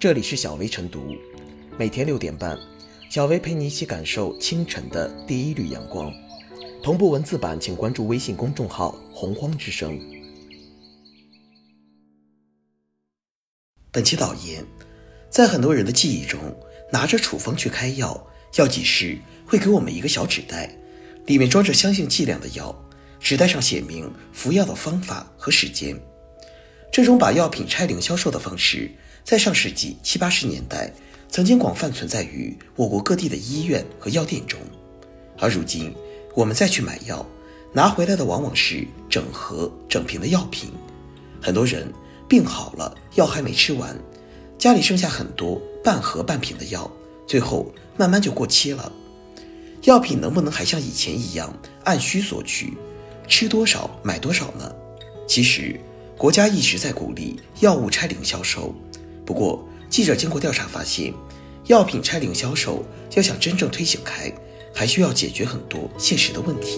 这里是小薇晨读，每天6点半，小薇陪你一起感受清晨的第一缕阳光。同步文字版请关注微信公众号洪荒之声。本期导言，在很多人的记忆中，拿着处方去开药，药剂师会给我们一个小纸袋，里面装着相应剂量的药，纸袋上写明服药的方法和时间。这种把药品拆零销售的方式，在上世纪70、80年代曾经广泛存在于我国各地的医院和药店中，而如今我们再去买药，拿回来的往往是整盒整瓶的药品。很多人病好了，药还没吃完，家里剩下很多半盒半瓶的药，最后慢慢就过期了。药品能不能还像以前一样按需索取，吃多少买多少呢？其实国家一直在鼓励药物拆零销售，不过记者经过调查发现，药品拆零销售要想真正推行开，还需要解决很多现实的问题。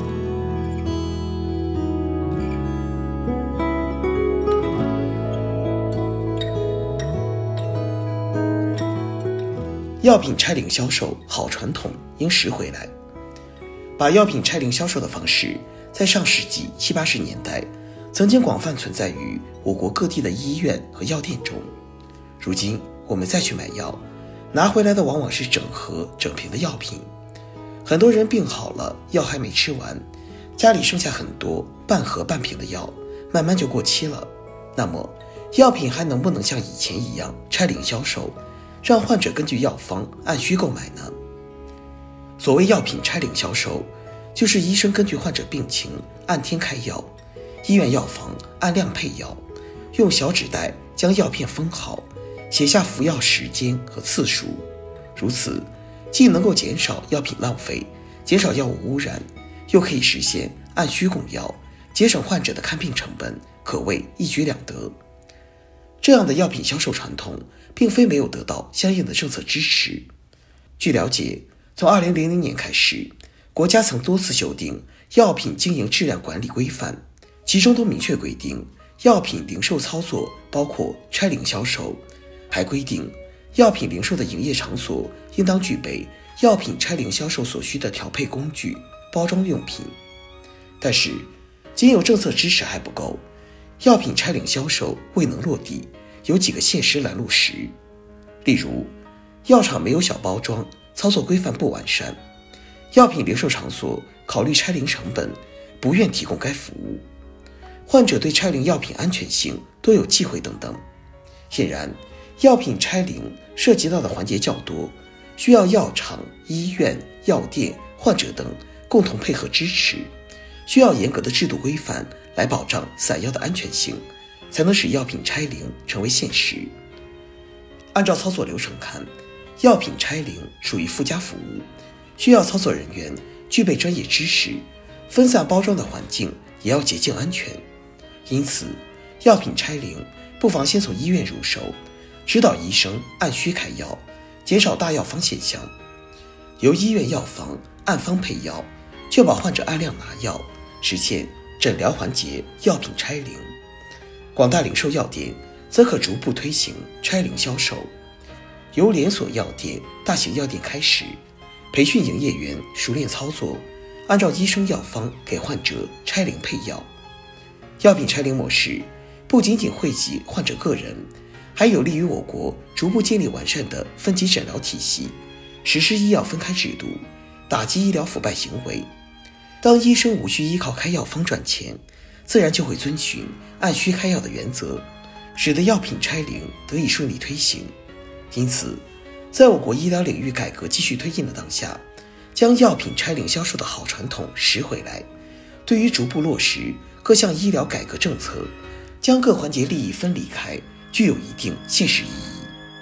药品拆零销售好传统，应拾回来。把药品拆零销售的方式，在上世纪70、80年代曾经广泛存在于我国各地的医院和药店中。如今我们再去买药，拿回来的往往是整盒整瓶的药品。很多人病好了，药还没吃完，家里剩下很多半盒半瓶的药，慢慢就过期了。那么药品还能不能像以前一样拆零销售，让患者根据药方按需购买呢？所谓药品拆零销售，就是医生根据患者病情按天开药，医院药房按量配药，用小纸袋将药片封好，写下服药时间和次数。如此既能够减少药品浪费，减少药物污染，又可以实现按需供药，节省患者的看病成本，可谓一举两得。这样的药品销售传统并非没有得到相应的政策支持。据了解，从2000年开始，国家曾多次修订药品经营质量管理规范，其中都明确规定药品零售操作包括拆零销售，还规定药品零售的营业场所应当具备药品拆零销售所需的调配工具、包装用品。但是仅有政策支持还不够，药品拆零销售未能落地，有几个现实拦路石。例如，药厂没有小包装，操作规范不完善；药品零售场所考虑拆零成本，不愿提供该服务；患者对拆零药品安全性多有忌讳等等。显然，药品拆零涉及到的环节较多，需要药厂、医院、药店、患者等共同配合支持，需要严格的制度规范来保障散药的安全性，才能使药品拆零成为现实。按照操作流程看，药品拆零属于附加服务，需要操作人员具备专业知识，分散包装的环境也要洁净安全。因此，药品拆零不妨先从医院入手，指导医生按需开药，减少大药方现象。由医院药房按方配药，确保患者按量拿药，实现诊疗环节药品拆零。广大零售药店则可逐步推行拆零销售，由连锁药店、大型药店开始，培训营业员熟练操作，按照医生药方给患者拆零配药。药品拆零模式不仅仅惠及患者个人，还有利于我国逐步建立完善的分级诊疗体系，实施医药分开制度，打击医疗腐败行为。当医生无需依靠开药方赚钱，自然就会遵循按需开药的原则，使得药品拆零得以顺利推行。因此，在我国医疗领域改革继续推进的当下，将药品拆零销售的好传统拾回来，对于逐步落实各项医疗改革政策，将各环节利益分离开，具有一定现实意义。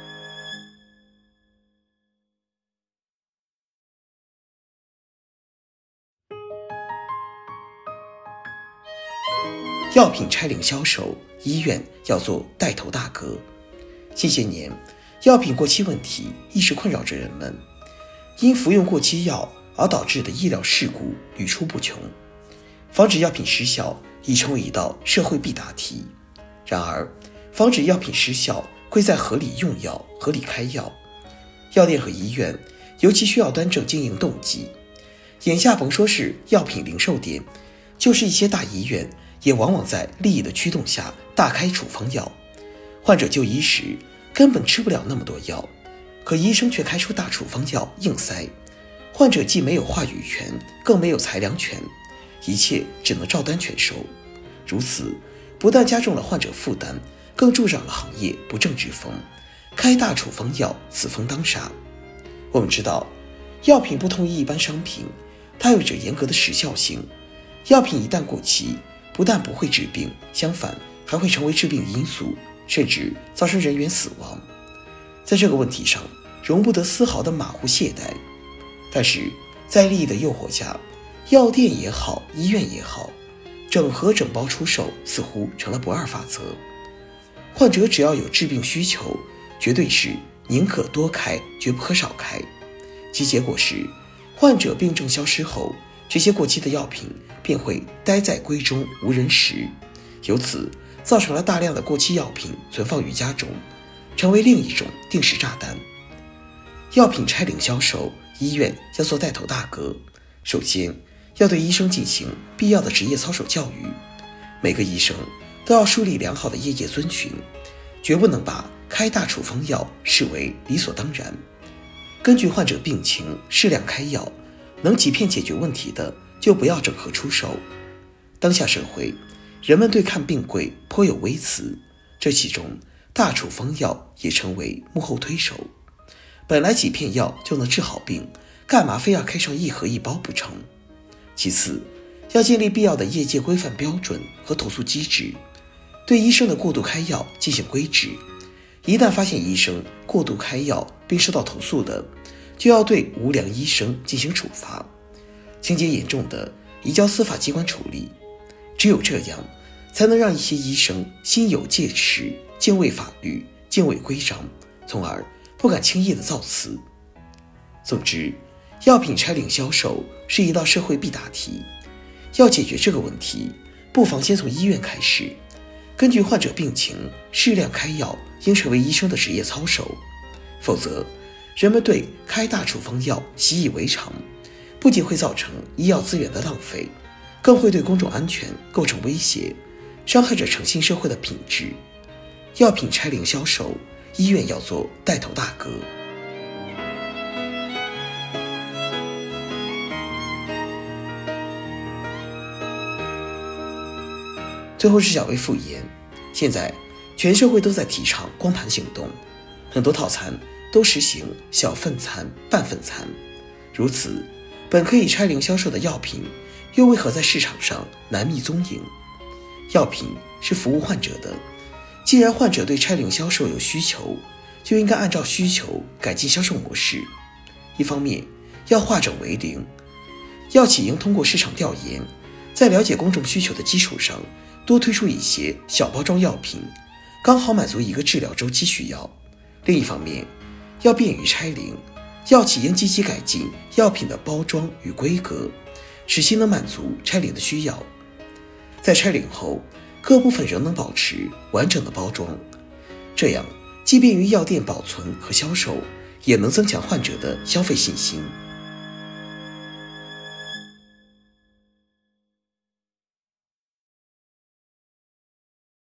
药品拆零销售，医院要做带头大哥。近些年，药品过期问题一直困扰着人们，因服用过期药而导致的医疗事故屡出不穷，防止药品失效已成为一道社会必答题。然而，防止药品失效贵在合理用药、合理开药。药店和医院尤其需要端正经营动机。眼下甭说是药品零售店，就是一些大医院也往往在利益的驱动下大开处方药。患者就医时根本吃不了那么多药，可医生却开出大处方药硬塞，患者既没有话语权，更没有裁量权，一切只能照单全收。如此不但加重了患者负担，更助长了行业不正之风，开大处方药，此风当杀。我们知道，药品不同于一般商品，它有着严格的时效性。药品一旦过期，不但不会治病，相反还会成为致病因素，甚至造成人员死亡。在这个问题上，容不得丝毫的马虎懈怠。但是在利益的诱惑下，药店也好，医院也好，整盒整包出售似乎成了不二法则。患者只要有治病需求，绝对是宁可多开，绝不可少开。其结果是，患者病症消失后，这些过期的药品便会待在闺中无人识，由此造成了大量的过期药品存放于家中，成为另一种定时炸弹。药品拆零销售，医院要做带头大哥。首先要对医生进行必要的职业操守教育，每个医生都要树立良好的业界遵循，绝不能把开大处方药视为理所当然。根据患者病情适量开药，能几片解决问题的就不要整盒出售。当下社会，人们对看病贵颇有微词，这其中大处方药也成为幕后推手。本来几片药就能治好病，干嘛非要开上一盒一包不成？其次，要建立必要的业界规范标准和投诉机制，对医生的过度开药进行规制。一旦发现医生过度开药并受到投诉的，就要对无良医生进行处罚，情节严重的移交司法机关处理。只有这样，才能让一些医生心有戒尺，敬畏法律，敬畏规章，从而不敢轻易的造次。总之，药品拆零销售是一道社会必答题。要解决这个问题，不妨先从医院开始，根据患者病情适量开药应成为医生的职业操守。否则，人们对开大处方药习以为常，不仅会造成医药资源的浪费，更会对公众安全构成威胁，伤害着诚信社会的品质。药品拆零销售，医院要做带头大哥。最后是小微复言，现在全社会都在提倡光盘行动，很多套餐都实行小份餐、半份餐。如此，本可以拆零销售的药品，又为何在市场上难觅踪影？药品是服务患者的，既然患者对拆零销售有需求，就应该按照需求改进销售模式。一方面要化整为零，药企应通过市场调研，在了解公众需求的基础上，多推出一些小包装药品，刚好满足一个治疗周期需要。另一方面，要便于拆零，药企应积极改进药品的包装与规格，使其能满足拆零的需要。在拆零后，各部分仍能保持完整的包装，这样既便于药店保存和销售，也能增强患者的消费信心。